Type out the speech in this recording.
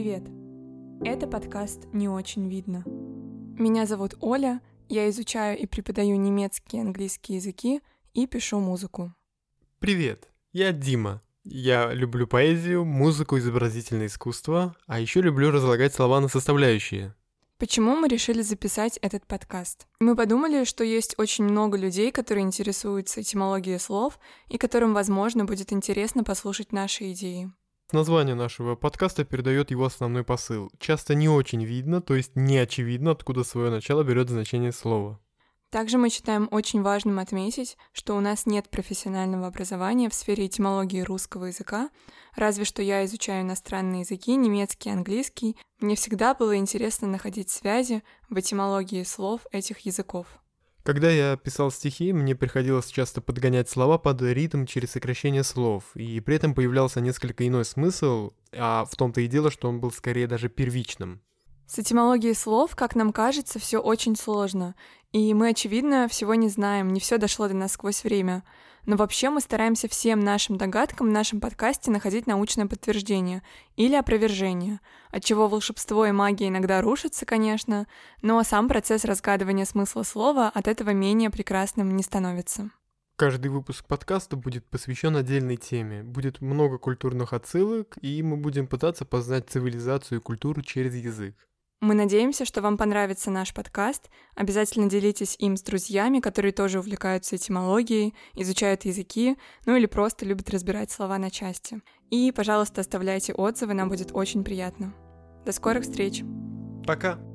Привет! Это подкаст «Не очень видно». Меня зовут Оля, я изучаю и преподаю немецкий и английский языки и пишу музыку. Привет, я Дима. Я люблю поэзию, музыку, изобразительное искусство, а еще люблю разлагать слова на составляющие. Почему мы решили записать этот подкаст? Мы подумали, что есть очень много людей, которые интересуются этимологией слов и которым, возможно, будет интересно послушать наши идеи. Название нашего подкаста передает его основной посыл. Часто не очень видно, то есть не очевидно, откуда свое начало берет значение слова. Также мы считаем очень важным отметить, что у нас нет профессионального образования в сфере этимологии русского языка, разве что я изучаю иностранные языки, немецкий и английский. Мне всегда было интересно находить связи в этимологии слов этих языков. Когда я писал стихи, мне приходилось часто подгонять слова под ритм через сокращение слов, и при этом появлялся несколько иной смысл, а в том-то и дело, что он был скорее даже первичным. С этимологией слов, как нам кажется, все очень сложно, и мы, очевидно, всего не знаем, не все дошло до нас сквозь время. Но вообще мы стараемся всем нашим догадкам в нашем подкасте находить научное подтверждение или опровержение, отчего волшебство и магия иногда рушатся, конечно, но сам процесс разгадывания смысла слова от этого менее прекрасным не становится. Каждый выпуск подкаста будет посвящен отдельной теме. Будет много культурных отсылок, и мы будем пытаться познать цивилизацию и культуру через язык. Мы надеемся, что вам понравится наш подкаст. Обязательно делитесь им с друзьями, которые тоже увлекаются этимологией, изучают языки, ну или просто любят разбирать слова на части. И, пожалуйста, оставляйте отзывы, нам будет очень приятно. До скорых встреч! Пока!